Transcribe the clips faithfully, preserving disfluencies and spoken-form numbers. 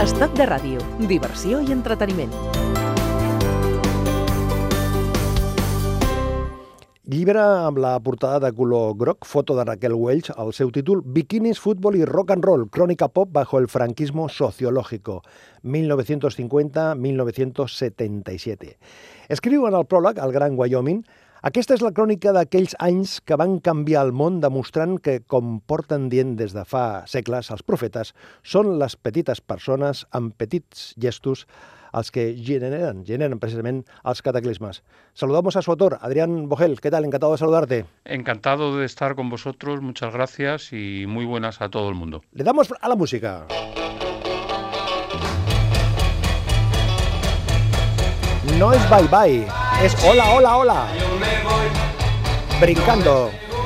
Estat de ràdio, diversió i entreteniment. Llibre amb la portada de color groc, foto de Raquel Welch, al seu títol Bikinis, fútbol y rock and roll, crónica pop bajo el franquismo sociológico, mil novecientos cincuenta a mil novecientos setenta y siete. Escriu en el pròleg, el Gran Wyoming, aquesta és la crònica d'aquells anys que van canviar el món demostrant que, com porten dient des de fa segles els profetes, són les petites persones amb petits gestos els que generan, generan precisament els cataclismes. Saludamos a su autor, Adrián Bogel. ¿Qué tal? Encantado de saludarte. Encantado de estar con vosotros, muchas gracias y muy buenas a todo el mundo. Le damos a la música. No es bye bye, es hola, hola, hola. Brincando.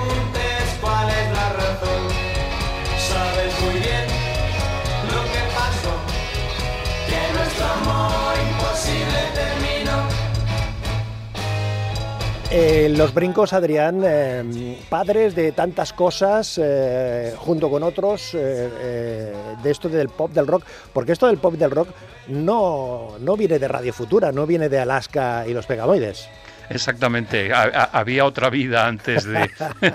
Eh, los brincos, Adrián, eh, padres de tantas cosas, eh, junto con otros, eh, eh, de esto del pop, del rock, porque esto del pop del rock no, no viene de Radio Futura, no viene de Alaska y los Pegamoides. Exactamente, ha, ha, había otra vida antes de,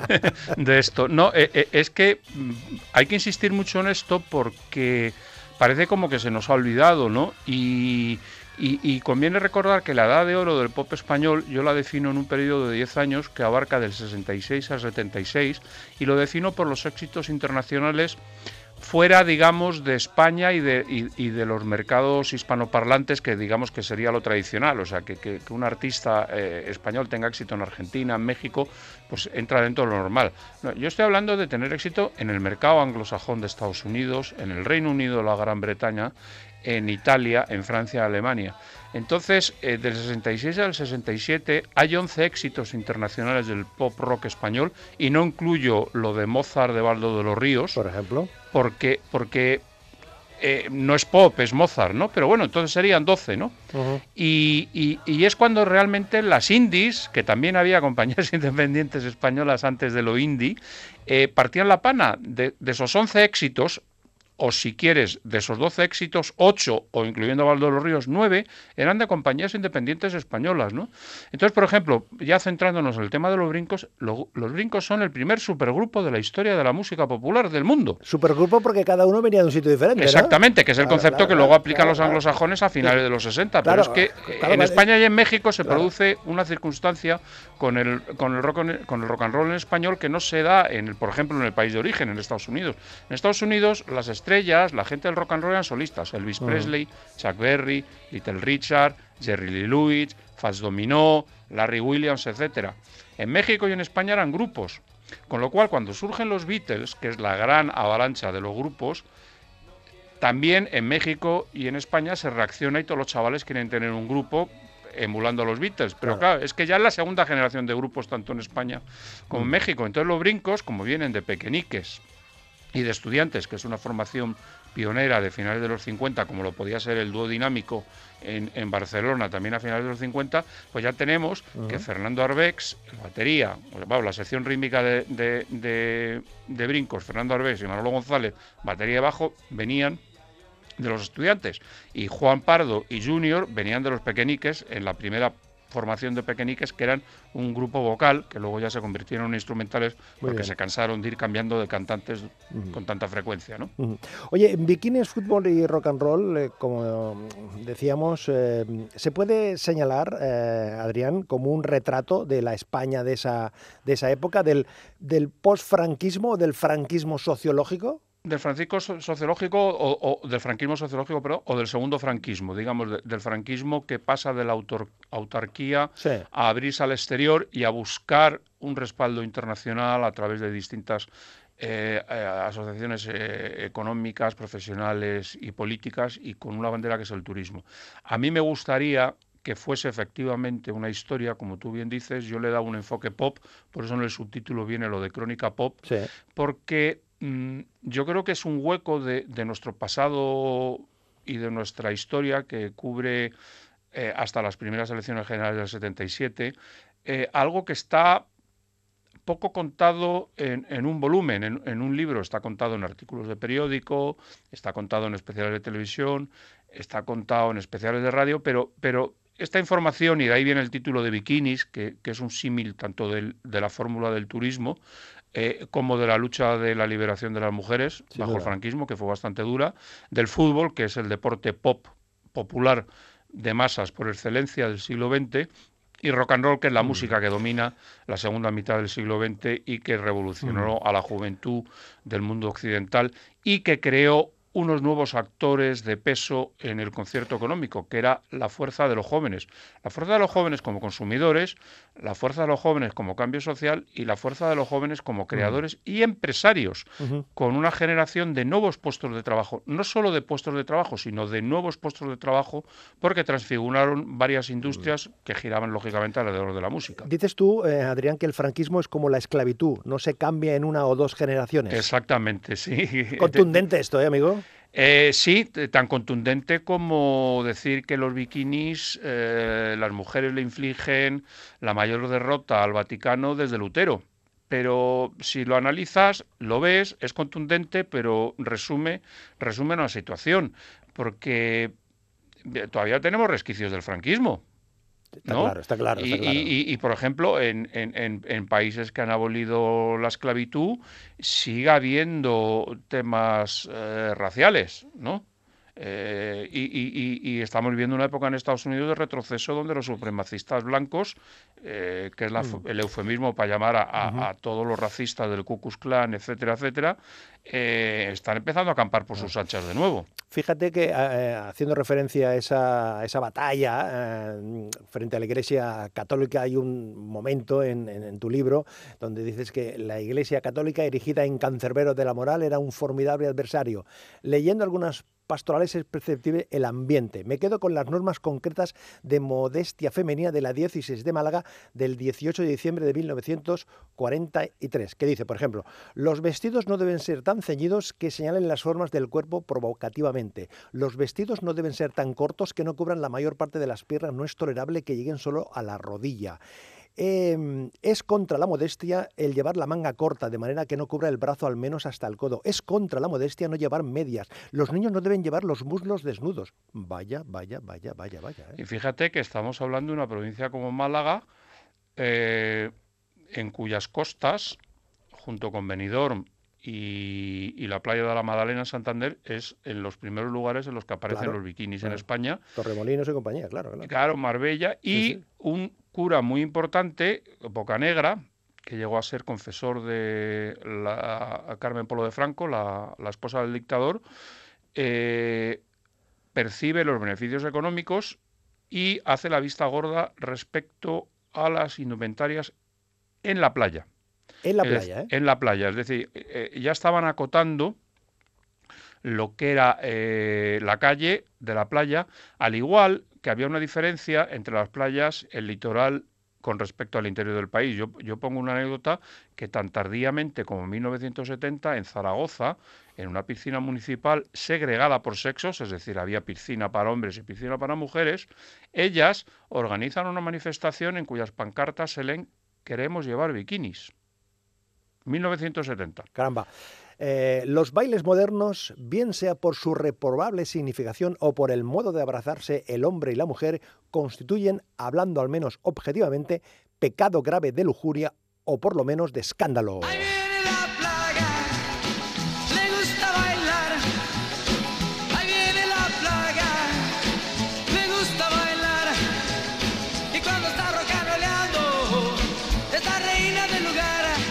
de esto. No, eh, eh, es que hay que insistir mucho en esto porque parece como que se nos ha olvidado, ¿no? Y... Y, y conviene recordar que la edad de oro del pop español yo la defino en un periodo de diez años que abarca del sesenta y seis al setenta y seis y lo defino por los éxitos internacionales fuera, digamos, de España y de, y, y de los mercados hispanoparlantes, que digamos que sería lo tradicional, o sea, que, que, que un artista eh, español tenga éxito en Argentina, en México, pues entra dentro de lo normal. No, yo estoy hablando de tener éxito en el mercado anglosajón de Estados Unidos, en el Reino Unido, la Gran Bretaña, en Italia, en Francia, Alemania. Entonces, eh, del sesenta y seis al sesenta y siete hay once éxitos internacionales del pop rock español, y no incluyo lo de Mozart de Baldo de los Ríos, por ejemplo, porque, porque eh, no es pop, es Mozart, ¿no? Pero bueno, entonces serían doce, ¿no? Uh-huh. y, y, y es cuando realmente las indies, que también había compañías independientes españolas antes de lo indie, eh, partían la pana de, de esos once éxitos. O si quieres, de esos doce éxitos, ocho, o incluyendo Baldo de los Ríos, nueve, eran de compañías independientes españolas, ¿no? Entonces, por ejemplo, ya centrándonos en el tema de los brincos, lo, los brincos son el primer supergrupo de la historia de la música popular del mundo. Supergrupo porque cada uno venía de un sitio diferente, exactamente, ¿no? que es el claro, concepto claro, que luego claro, aplican claro, los anglosajones claro. a finales de los sesenta, claro, pero es que claro, en vale. España y en México se claro. produce una circunstancia con el, con, el rock, con el rock and roll en español que no se da, en el, por ejemplo, en el país de origen, en Estados Unidos. En Estados Unidos, las estrellas, la gente del rock and roll eran solistas. Elvis uh-huh. Presley, Chuck Berry, Little Richard, Jerry Lee Lewis, Fats Domino, Larry Williams, etcétera. En México y en España eran grupos. Con lo cual, cuando surgen los Beatles, que es la gran avalancha de los grupos, también en México y en España se reacciona y todos los chavales quieren tener un grupo emulando a los Beatles, pero claro. claro, es que ya es la segunda generación de grupos tanto en España como en mm. México. Entonces los brincos, como vienen de pequeñiques y de estudiantes, que es una formación pionera de finales de los cincuenta, como lo podía ser el dúo dinámico en, en Barcelona también a finales de los cincuenta, pues ya tenemos uh-huh. que Fernando Arbex, la batería, bueno, la sección rítmica de, de, de, de brincos, Fernando Arbex y Manolo González, batería y bajo, venían de los estudiantes, y Juan Pardo y Junior venían de los pequeñiques en la primera formación de pequeñiques, que eran un grupo vocal que luego ya se convirtieron en instrumentales porque se cansaron de ir cambiando de cantantes uh-huh. con tanta frecuencia, ¿no? Uh-huh. Oye, bikinis, fútbol y rock and roll, eh, como decíamos, eh, ¿se puede señalar, eh, Adrián, como un retrato de la España de esa, de esa época, del, del post-franquismo, del franquismo sociológico? Del franquismo sociológico o, o del franquismo sociológico, pero o del segundo franquismo, digamos, de, del franquismo que pasa de la autor, autarquía sí. a abrirse al exterior y a buscar un respaldo internacional a través de distintas eh, eh, asociaciones eh, económicas, profesionales y políticas, y con una bandera que es el turismo. A mí me gustaría que fuese efectivamente una historia, como tú bien dices. Yo le he dado un enfoque pop, por eso en el subtítulo viene lo de crónica pop, sí. porque yo creo que es un hueco de, de nuestro pasado y de nuestra historia que cubre eh, hasta las primeras elecciones generales del setenta y siete, eh, algo que está poco contado en, en un volumen, en, en un libro. Está contado en artículos de periódico, está contado en especiales de televisión, está contado en especiales de radio, pero, pero esta información, y de ahí viene el título de Bikinis, que, que es un símil tanto del, de la fórmula del turismo, Eh, como de la lucha de la liberación de las mujeres Sin bajo duda. el franquismo, que fue bastante dura, del fútbol, que es el deporte pop popular de masas por excelencia del siglo veinte, y rock and roll, que es la Mm. música que domina la segunda mitad del siglo veinte y que revolucionó Mm. a la juventud del mundo occidental y que creó unos nuevos actores de peso en el concierto económico, que era la fuerza de los jóvenes. La fuerza de los jóvenes como consumidores, la fuerza de los jóvenes como cambio social y la fuerza de los jóvenes como creadores mm. y empresarios, Uh-huh. con una generación de nuevos puestos de trabajo, no solo de puestos de trabajo, sino de nuevos puestos de trabajo, porque transfiguraron varias industrias mm. que giraban lógicamente alrededor de la música. Dices tú, eh, Adrián, que el franquismo es como la esclavitud, no se cambia en una o dos generaciones. Exactamente, sí. Contundente esto, ¿eh, amigo? Eh, sí, tan contundente como decir que los bikinis, eh, las mujeres le infligen la mayor derrota al Vaticano desde Lutero. Pero si lo analizas, lo ves, es contundente, pero resume, resume una situación, porque todavía tenemos resquicios del franquismo. Está ¿no? claro, está claro. Está y, claro. Y, y, y, por ejemplo, en, en, en países que han abolido la esclavitud, sigue habiendo temas eh, raciales, ¿no? Eh, y, y, y estamos viviendo una época en Estados Unidos de retroceso donde los supremacistas blancos, eh, que es la, mm. el eufemismo para llamar a, a, uh-huh. a todos los racistas del Ku Klux Klan, etcétera, etcétera, eh, están empezando a acampar por uh-huh. sus anchas de nuevo. Fíjate que, eh, haciendo referencia a esa, a esa batalla eh, frente a la Iglesia Católica, hay un momento en, en, en tu libro donde dices que la Iglesia Católica, erigida en Cancerbero de la moral, era un formidable adversario. Leyendo algunas pastorales es perceptible el ambiente. Me quedo con las normas concretas de modestia femenina de la diócesis de Málaga del dieciocho de diciembre de mil novecientos cuarenta y tres, que dice, por ejemplo, los vestidos no deben ser tan ceñidos que señalen las formas del cuerpo provocativamente. Los vestidos no deben ser tan cortos que no cubran la mayor parte de las piernas. No es tolerable que lleguen solo a la rodilla. Eh, es contra la modestia el llevar la manga corta, de manera que no cubra el brazo al menos hasta el codo. Es contra la modestia no llevar medias. Los niños no deben llevar los muslos desnudos. Vaya, vaya, vaya, vaya, vaya. ¿eh? Y fíjate que estamos hablando de una provincia como Málaga, eh, en cuyas costas, junto con Benidorm y, y la playa de la Magdalena en Santander, es en los primeros lugares en los que aparecen claro, los bikinis claro. en España. Torremolinos y compañía, claro. Claro, claro Marbella. Y sí, sí. un cura muy importante, Bocanegra, que llegó a ser confesor de la Carmen Polo de Franco, la, la esposa del dictador, eh, percibe los beneficios económicos y hace la vista gorda respecto a las indumentarias en la playa. En la es, playa, ¿eh? En la playa, es decir, eh, ya estaban acotando lo que era eh, la calle de la playa, al igual que había una diferencia entre las playas, el litoral, con respecto al interior del país. Yo, yo pongo una anécdota que tan tardíamente como en mil novecientos setenta, en Zaragoza, en una piscina municipal segregada por sexos, es decir, había piscina para hombres y piscina para mujeres, ellas organizan una manifestación en cuyas pancartas se leen "queremos llevar bikinis". mil novecientos setenta. Caramba. Eh, los bailes modernos, bien sea por su reprobable significación o por el modo de abrazarse el hombre y la mujer, constituyen, hablando al menos objetivamente, pecado grave de lujuria o por lo menos de escándalo. Ahí viene la plaga, le gusta bailar. Ahí viene la plaga, le gusta bailar. Y cuando está rocaroleando, esta reina del lugar.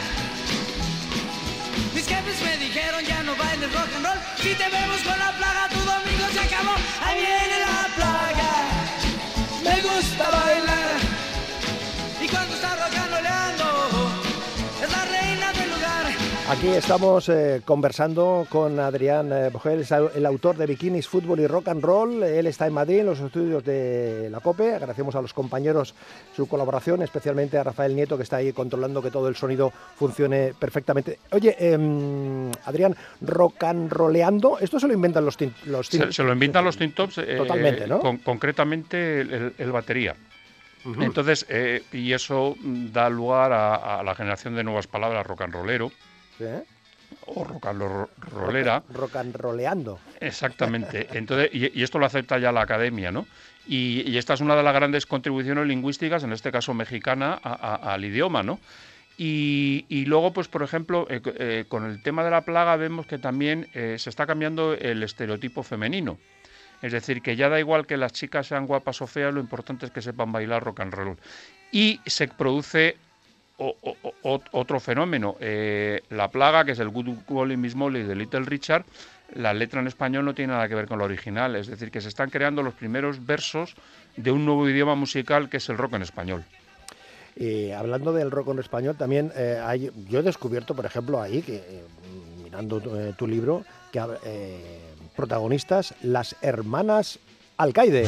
Mis jefes me dijeron ya no bailes rock and roll. Si te vemos con la plaga, tu domingo se acabó. Ahí viene la plaga, me gusta bailar. Y cuando está rocaroleando, es la reina del lugar. Aquí estamos eh, conversando con Adrián eh, Bogel, el autor de Bikinis, Fútbol y Rock and Roll. Él está en Madrid, en los estudios de la COPE. Agradecemos a los compañeros su colaboración, especialmente a Rafael Nieto, que está ahí controlando que todo el sonido funcione perfectamente. Oye, eh, Adrián, rock and rolleando, ¿esto se lo inventan los tin, los tin, se, se lo inventan los Tin Tops. Eh, Totalmente, ¿no? Con, concretamente el, el batería. Uh-huh. Entonces, eh, y eso da lugar a, a la generación de nuevas palabras, rock and rollero. ¿Sí? O rock and rollera. Rock and rolleando. Exactamente. Entonces, y, y esto lo acepta ya la academia, ¿no? Y, y esta es una de las grandes contribuciones lingüísticas, en este caso mexicana, a, a, al idioma, ¿no? Y, y luego, pues por ejemplo, eh, eh, con el tema de la plaga vemos que también eh, se está cambiando el estereotipo femenino. Es decir, que ya da igual que las chicas sean guapas o feas, lo importante es que sepan bailar rock and roll. Y se produce o, o, o, otro fenómeno. Eh, la plaga, que es el Good Golly Miss Molly de Little Richard, la letra en español no tiene nada que ver con la original. Es decir, que se están creando los primeros versos de un nuevo idioma musical que es el rock en español. Y hablando del rock en español, también eh, hay, yo he descubierto, por ejemplo, ahí, que eh, mirando tu, eh, tu libro, que eh, protagonistas, las hermanas Alcaide.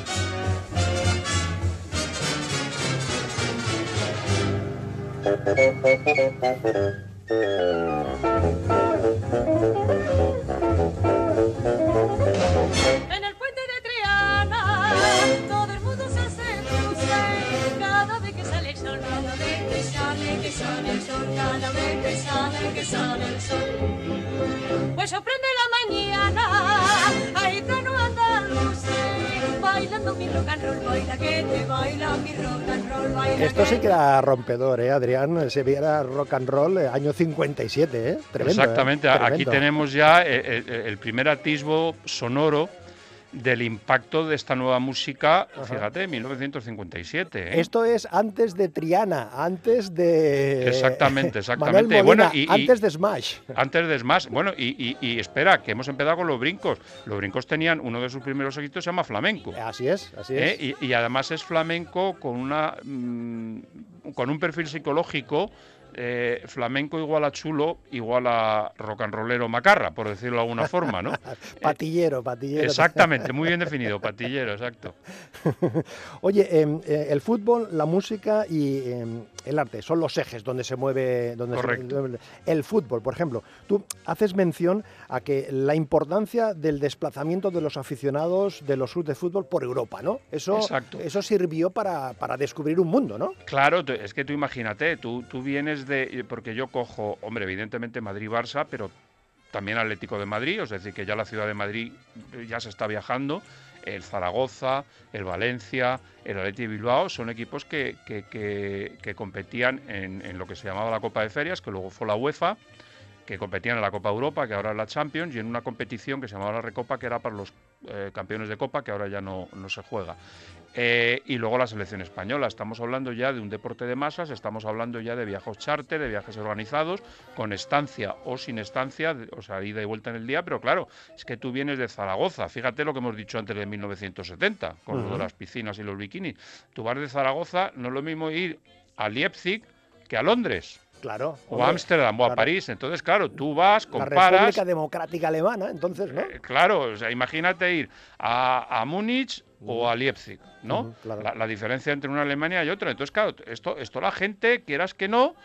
En el puente de Triana, todo el mundo se hace cruce, cada vez que sale el sol, cada vez que sale, que sale el sol, cada vez que sale, que sale el sol. Pues sorprende la mañana, ahí está no andaluce, bailando mi rock and roll, baila que te baila mi rock and roll, baila. Esto sí que era rompedor, ¿eh, Adrián? Se viera rock and roll eh, año cincuenta y siete, ¿eh? Tremendo. Exactamente, ¿eh? Aquí Tremendo. tenemos ya el, el, el primer atisbo sonoro del impacto de esta nueva música, Ajá. fíjate, mil novecientos cincuenta y siete. ¿eh? Esto es antes de Triana, antes de... Exactamente, exactamente. Manuel Molina, Bueno, y, y, antes de Smash. Antes de Smash. Bueno, y, y, y espera, que hemos empezado con los brincos. Los brincos tenían, uno de sus primeros éxitos se llama Flamenco. Así es, así ¿eh? es. Y, y además es flamenco con, una, mmm, con un perfil psicológico. Eh, flamenco igual a chulo, igual a rock and rollero macarra, por decirlo de alguna forma, ¿no? Patillero, patillero. Exactamente, muy bien definido, patillero, exacto. Oye, eh, eh, el fútbol, la música y eh, el arte son los ejes donde se mueve. Donde Correcto. Se, el fútbol, por ejemplo, tú haces mención a que la importancia del desplazamiento de los aficionados de los clubes de fútbol por Europa, ¿no? Eso, Exacto. eso sirvió para, para descubrir un mundo, ¿no? Claro, es que tú imagínate, tú, tú vienes de, porque yo cojo, hombre, evidentemente Madrid-Barça, pero también Atlético de Madrid, es decir, que ya la ciudad de Madrid ya se está viajando, el Zaragoza, el Valencia, el Athletic de Bilbao, son equipos que, que, que, que competían en, en lo que se llamaba la Copa de Ferias, que luego fue la UEFA, que competían en la Copa Europa, que ahora es la Champions, y en una competición que se llamaba la Recopa, que era para los eh, campeones de Copa, que ahora ya no, no se juega. Eh, y luego la selección española. Estamos hablando ya de un deporte de masas, estamos hablando ya de viajes charter, de viajes organizados, con estancia o sin estancia, o sea, ida y vuelta en el día, pero claro, es que tú vienes de Zaragoza, fíjate lo que hemos dicho antes de mil novecientos setenta, con uh-huh. lo de las piscinas y los bikinis. Tú vas de Zaragoza, no es lo mismo ir a Leipzig que a Londres. Claro. O a Ámsterdam, o a claro. París. Entonces, claro, tú vas, comparas... La República Democrática Alemana, entonces, ¿no? Eh, claro, o sea, imagínate ir a, a Múnich uh-huh. o a Leipzig, ¿no? Uh-huh, claro. la, la diferencia entre una Alemania y otra. Entonces, claro, esto, esto la gente, quieras que no,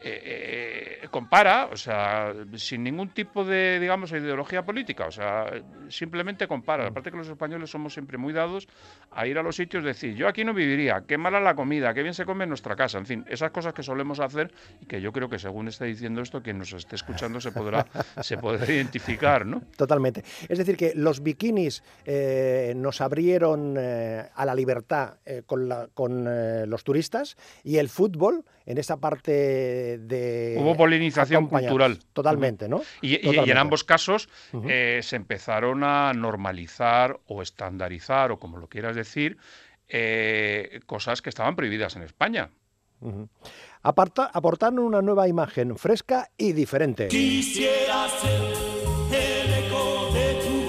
eh, eh, compara, o sea, sin ningún tipo de, digamos, ideología política, o sea, simplemente compara. Aparte que los españoles somos siempre muy dados a ir a los sitios y decir, yo aquí no viviría, qué mala la comida, qué bien se come en nuestra casa, en fin, esas cosas que solemos hacer y que yo creo que según esté diciendo esto, quien nos esté escuchando se podrá, se podrá identificar, ¿no? Totalmente. Es decir, que los bikinis eh, nos abrieron eh, a la libertad eh, con, la, con eh, los turistas y el fútbol en esa parte de... Hubo polinización cultural. Totalmente, ¿no? Y, Totalmente. y en ambos casos uh-huh. eh, se empezaron a normalizar o estandarizar, o como lo quieras decir, eh, cosas que estaban prohibidas en España. Uh-huh. Aparta, aportando una nueva imagen fresca y diferente. Quisiera ser el eco de tu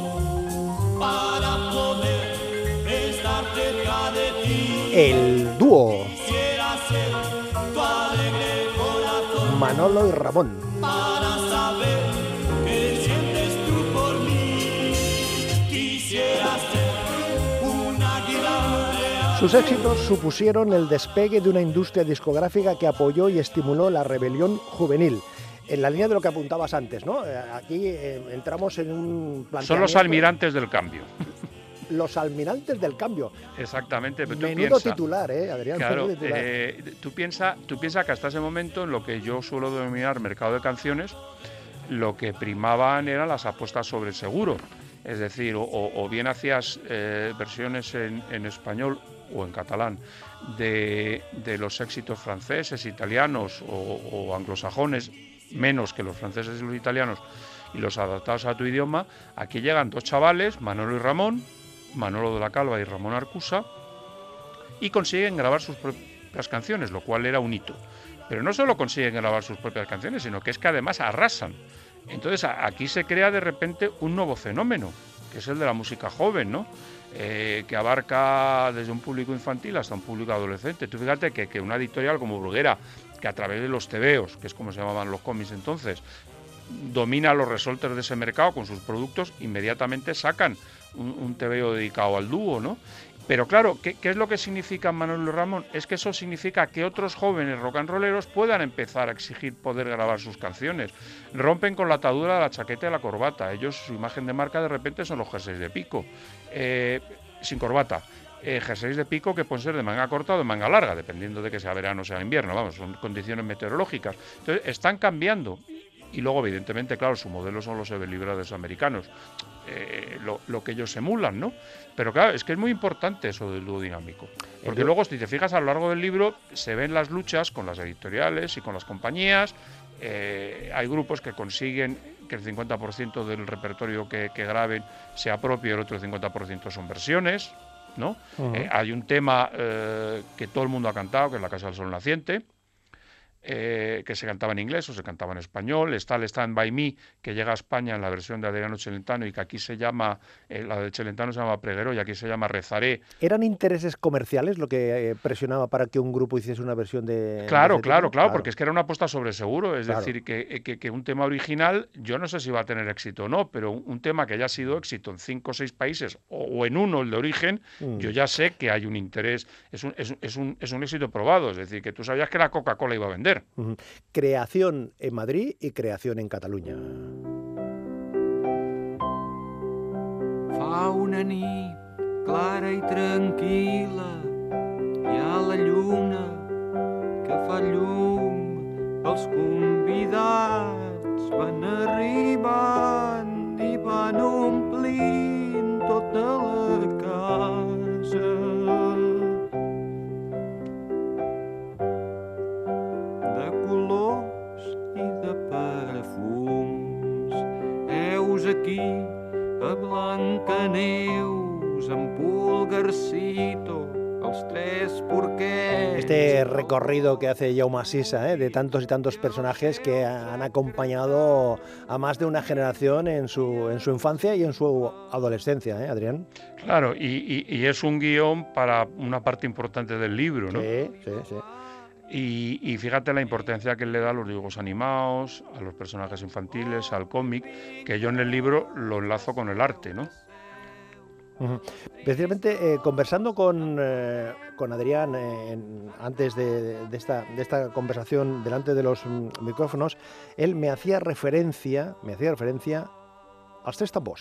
voz para poder estar cerca de ti. El dúo Quisiera ser tu alegre corazón Manolo y Ramón. para saber qué sientes tú por mí. Quisiera ser un águila real. Sus éxitos supusieron el despegue de una industria discográfica que apoyó y estimuló la rebelión juvenil. En la línea de lo que apuntabas antes, ¿no? Aquí eh, entramos en un planteamiento... Son los almirantes del cambio. Los Almirantes del Cambio. Exactamente, pero tú Menudo piensa, titular, ¿eh, Adrián? Claro, Menudo titular. eh, tú piensas tú piensa que hasta ese momento, en lo que yo suelo denominar mercado de canciones, lo que primaban eran las apuestas sobre el seguro. Es decir, o, o bien hacías eh, versiones en, en español o en catalán de, de los éxitos franceses, italianos o, o anglosajones, menos que los franceses y los italianos, y los adaptados a tu idioma. Aquí llegan dos chavales, Manolo y Ramón, Manolo de la Calva y Ramón Arcusa, y consiguen grabar sus propias canciones, lo cual era un hito. Pero no solo consiguen grabar sus propias canciones, sino que es que además arrasan. Entonces aquí se crea de repente un nuevo fenómeno, que es el de la música joven, ¿no? Eh, que abarca desde un público infantil hasta un público adolescente. Tú fíjate que, que una editorial como Bruguera, que a través de los tebeos, que es como se llamaban los cómics entonces, domina los resortes de ese mercado con sus productos, inmediatamente sacan un, un tebeo dedicado al dúo, ¿no? Pero claro, ¿qué, ¿qué es lo que significa Manolo y Ramón? Es que eso significa que otros jóvenes rock and rolleros puedan empezar a exigir poder grabar sus canciones. Rompen con la atadura de la chaqueta y la corbata. Ellos, su imagen de marca de repente son los jerseys de pico, eh, sin corbata. Eh, jerseys de pico que pueden ser de manga corta o de manga larga, dependiendo de que sea verano o sea invierno, vamos, son condiciones meteorológicas. Entonces, están cambiando. Y luego, evidentemente, claro, su modelo son los everlibres americanos, eh, lo, lo que ellos emulan, ¿no? Pero claro, es que es muy importante eso del dúo dinámico. Porque luego, si te fijas a lo largo del libro, se ven las luchas con las editoriales y con las compañías. Eh, hay grupos que consiguen que el cincuenta por ciento del repertorio que, que graben sea propio y el otro cincuenta por ciento son versiones, ¿no? Uh-huh. eh, hay un tema eh, que todo el mundo ha cantado, que es La Casa del Sol Naciente, Eh, que se cantaba en inglés o se cantaba en español. Está el Stand By Me, que llega a España en la versión de Adriano Celentano y que aquí se llama, eh, la de Celentano se llama Preguero y aquí se llama Rezaré. ¿Eran intereses comerciales lo que eh, presionaba para que un grupo hiciese una versión de...? Claro, de claro, claro, claro, porque es que era una apuesta sobre seguro, es claro. decir, que, que, que un tema original, yo no sé si va a tener éxito o no, pero un, un tema que haya sido éxito en cinco o seis países o, o en uno, el de origen, mm. yo ya sé que hay un interés, es un, es, es, un, es un éxito probado, es decir, que tú sabías que la Coca-Cola iba a vender. Uh-huh. Creación en Madrid y creación en Catalunya. Fa una nit clara i tranquil·la, hi ha la lluna que fa llum, els convidats van arribant i van omplint tota la casa. De colors i de perfums, heus aquí a Blancaneus, en Pulgarcito, els tres porquets. Este recorrido que hace Jaume Sisa, ¿eh? de tantos y tantos personajes que han acompañado a más de una generación en su, en su infancia y en su adolescencia, ¿eh, Adrián? Claro, y, y, y es un guión para una parte importante del libro, ¿no? Sí, sí, sí. Y, y fíjate la importancia que él le da a los dibujos animados, a los personajes infantiles, al cómic, que yo en el libro lo enlazo con el arte, ¿no? Uh-huh. Precisamente eh, conversando con, eh, con Adrián eh, en, antes de, de, esta, de esta conversación delante de los mm, micrófonos, él me hacía referencia, me hacía referencia als Tres Tambors.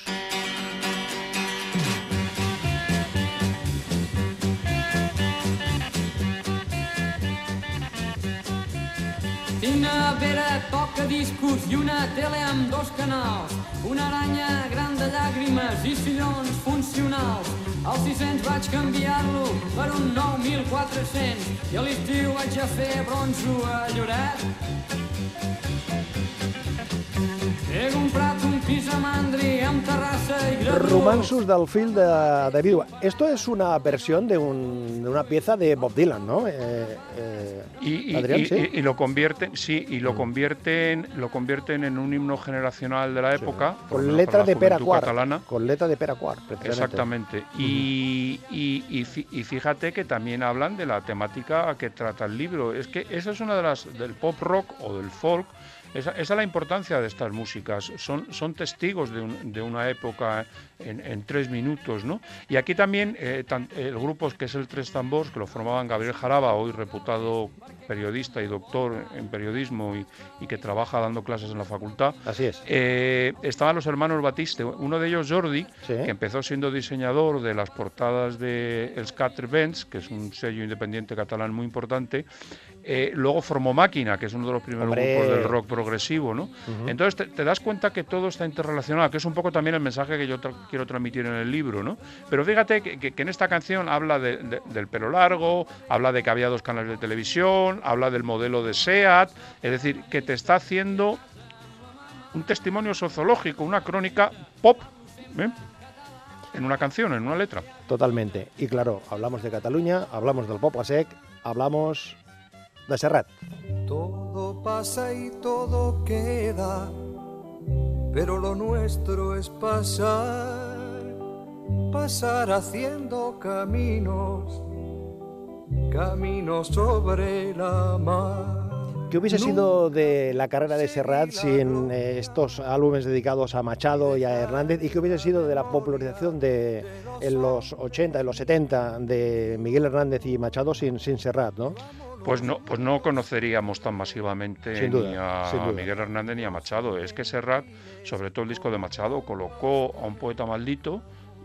Una vera toca discos i una tele amb dos canals, una aranya gran de llàgrimes i sillons funcionals. Al sis-cents vaig canviar-lo per un nou mil quatre-cents i a l'estiu vaig a fer bronzo a Lloret. He comprat un pis a Mandri amb terrassa i gradó. Romansos del fil de David Uva. Esto es una versión de, un, de una pieza de Bob Dylan, ¿no? Eh, eh, y, y, Adrián, y, ¿sí? y, y lo convierten, sí, y lo convierten, lo convierten en un himno generacional de la época, sí. Con letra de Pere Quart, catalana. Con letra de Pere Quart, Exactamente. Uh-huh. Y, y, y fíjate que también hablan de la temática que trata el libro. Es que esa es una de las del pop rock o del folk. Esa, esa es la importancia de estas músicas. Son, son testigos de, un, de una época en, en tres minutos, ¿no? Y aquí también eh, tan, el grupo que es el Tres Tambors, que lo formaban Gabriel Jaraba, hoy reputado periodista y doctor en periodismo y, y que trabaja dando clases en la facultad. Así es. Eh, estaban los hermanos Batiste, uno de ellos Jordi, sí. que empezó siendo diseñador de las portadas de El Scatter Bands, que es un sello independiente catalán muy importante. Eh, luego formó Máquina, que es uno de los primeros Hombre. grupos del rock progresivo, ¿no? Uh-huh. Entonces te, te das cuenta que todo está interrelacionado, que es un poco también el mensaje que yo tra quiero transmitir en el libro, ¿no? Pero fíjate que, que, que en esta canción habla de, de, del pelo largo, habla de que había dos canales de televisión, habla del modelo de SEAT, es decir, que te está haciendo un testimonio sociológico, una crónica pop, ¿eh? En una canción, en una letra. Totalmente. Y claro, hablamos de Cataluña, hablamos del Poble Sec, hablamos de Serrat. Todo pasa y todo queda, pero lo nuestro es pasar, pasar haciendo caminos, caminos sobre la mar. ¿Qué hubiese sido de la carrera de Serrat sin eh, estos álbumes dedicados a Machado y a Hernández? ¿Y qué hubiese sido de la popularización de en los ochenta, en los setenta de Miguel Hernández y Machado sin, sin Serrat, ¿no? Pues no, pues no conoceríamos tan masivamente sin duda, ni a sin duda. Miguel Hernández ni a Machado. Es que Serrat, sobre todo el disco de Machado, colocó a un poeta maldito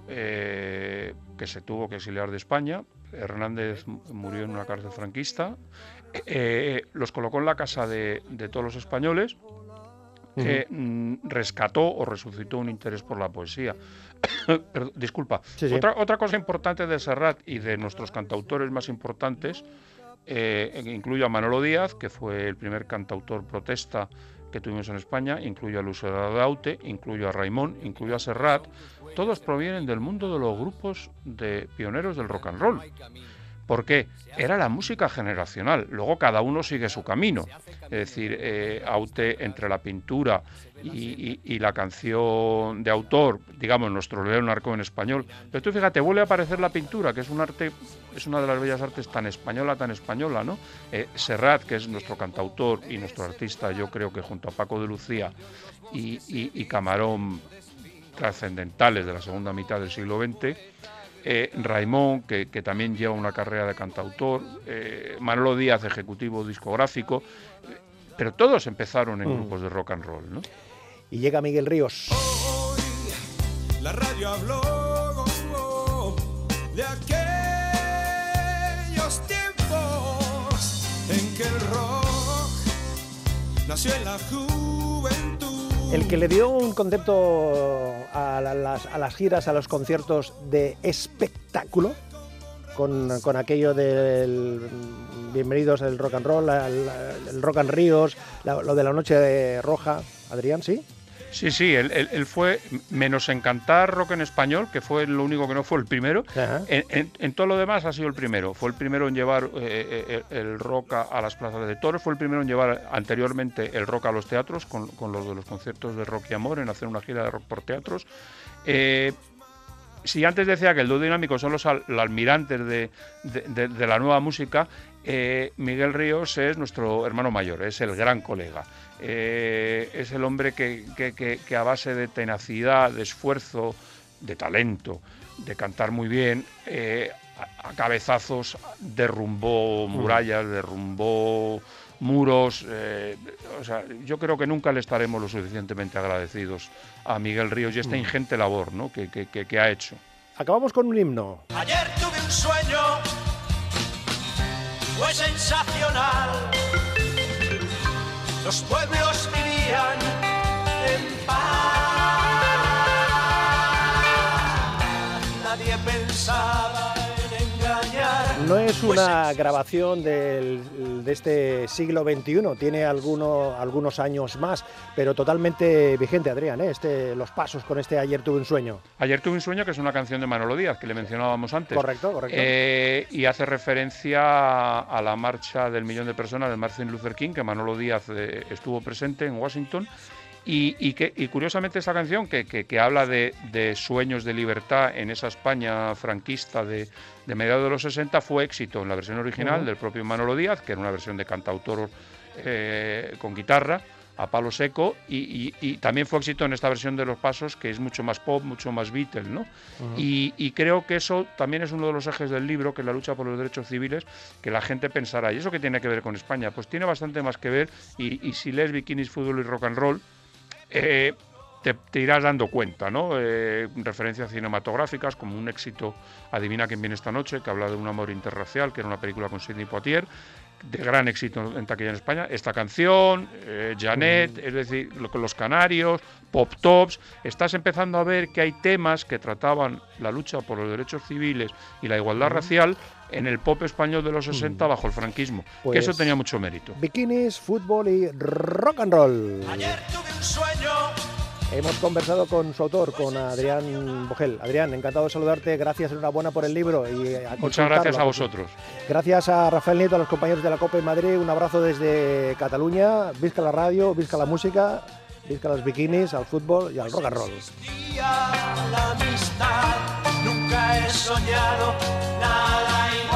eh, que se tuvo que exiliar de España. Hernández murió en una cárcel franquista. Eh, los colocó en la casa de, de todos los españoles. Uh-huh. eh, rescató o resucitó un interés por la poesía. Perdón, disculpa. Sí, sí. Otra, otra cosa importante de Serrat y de nuestros cantautores más importantes, eh, incluyo a Manolo Díaz, que fue el primer cantautor protesta que tuvimos en España, incluyo a Luis Daute, incluyo a Raimón, incluyo a Serrat. Todos provienen del mundo de los grupos de pioneros del rock and roll. ¿Por qué? Era la música generacional. Luego cada uno sigue su camino. Es decir, eh, Aute entre la pintura y, y, y la canción de autor, digamos, nuestro Leonardo en español. Pero tú fíjate, vuelve a aparecer la pintura, que es un arte, es una de las bellas artes tan española, tan española, ¿no? Eh, Serrat, que es nuestro cantautor y nuestro artista, yo creo que junto a Paco de Lucía y, y, y Camarón, trascendentales de la segunda mitad del siglo veinte. Eh, Raimón, que, que también lleva una carrera de cantautor, eh, Manolo Díaz, ejecutivo discográfico, eh, pero todos empezaron en mm. grupos de rock and roll, ¿no? Y llega Miguel Ríos. Hoy la radio habló oh, de aquellos tiempos en que el rock nació en la juventud. El que le dio un concepto a las, a las giras, a los conciertos de espectáculo, con, con aquello del bienvenidos al rock and roll, al, el rock and ríos, la, lo de la noche roja. Adrián, ¿sí? Sí, sí, él, él, él fue, menos en cantar rock en español, que fue lo único que no fue el primero, en, en, en todo lo demás ha sido el primero. Fue el primero en llevar eh, el, el rock a, a las plazas de toros, fue el primero en llevar anteriormente el rock a los teatros, con, con los de los conciertos de Rock y Amor, en hacer una gira de rock por teatros. Eh, si antes decía que el dúo dinámico son los, al, los almirantes de, de, de, de la nueva música, eh, Miguel Ríos es nuestro hermano mayor, es el gran colega. Eh, es el hombre que, que, que, que a base de tenacidad, de esfuerzo, de talento, de cantar muy bien, eh, a, a cabezazos derrumbó murallas, derrumbó muros. Eh, o sea, yo creo que nunca le estaremos lo suficientemente agradecidos a Miguel Ríos y esta ingente labor, ¿no? que, que, que, que ha hecho. Acabamos con un himno. Ayer tuve un sueño, fue sensacional. Los pueblos vivían en paz. Nadie pensaba en engañar. No es una grabación del, de este siglo veintiuno, tiene alguno, algunos años más, pero totalmente vigente, Adrián, ¿eh? este, los pasos con este Ayer tuve un sueño. Ayer tuve un sueño, que es una canción de Manolo Díaz, que le mencionábamos antes. Correcto, correcto. Eh, y hace referencia a la marcha del millón de personas de Martin Luther King, que Manolo Díaz eh, estuvo presente en Washington. Y, y, que, y curiosamente esta canción que, que, que habla de, de sueños de libertad en esa España franquista de, de mediados de los sesenta fue éxito en la versión original uh-huh. del propio Manolo Díaz, que era una versión de cantautor eh, con guitarra, a palo seco y, y, y también fue éxito en esta versión de Los Pasos, que es mucho más pop, mucho más Beatle, ¿no? Uh-huh. y, y creo que eso también es uno de los ejes del libro, que es la lucha por los derechos civiles, que la gente pensará, ¿y eso qué tiene que ver con España? Pues tiene bastante más que ver, y, y si lees Bikinis, Fútbol y Rock and Roll, eh, te, te irás dando cuenta, ¿no? Eh, referencias cinematográficas, como un éxito, Adivina quién viene esta noche, que habla de un amor interracial, que era una película con Sidney Poitier, de gran éxito en taquilla en España, esta canción, eh, Janet, mm. es decir, lo, Los Canarios, Pop Tops. Estás empezando a ver que hay temas que trataban la lucha por los derechos civiles y la igualdad mm. racial en el pop español de los sesenta mm. bajo el franquismo, pues, que eso tenía mucho mérito. Bikinis, fútbol y rock and roll. Ayer tuve un sueño. Hemos conversado con su autor, con Adrián Bogel. Adrián, encantado de saludarte, gracias, enhorabuena por el libro. Y a Muchas gracias a vosotros. Gracias a Rafael Nieto, a los compañeros de la COPE en Madrid, un abrazo desde Cataluña, visca la radio, visca la música, visca los bikinis, al fútbol y al rock and roll. La amistad, nunca he soñado nada igual.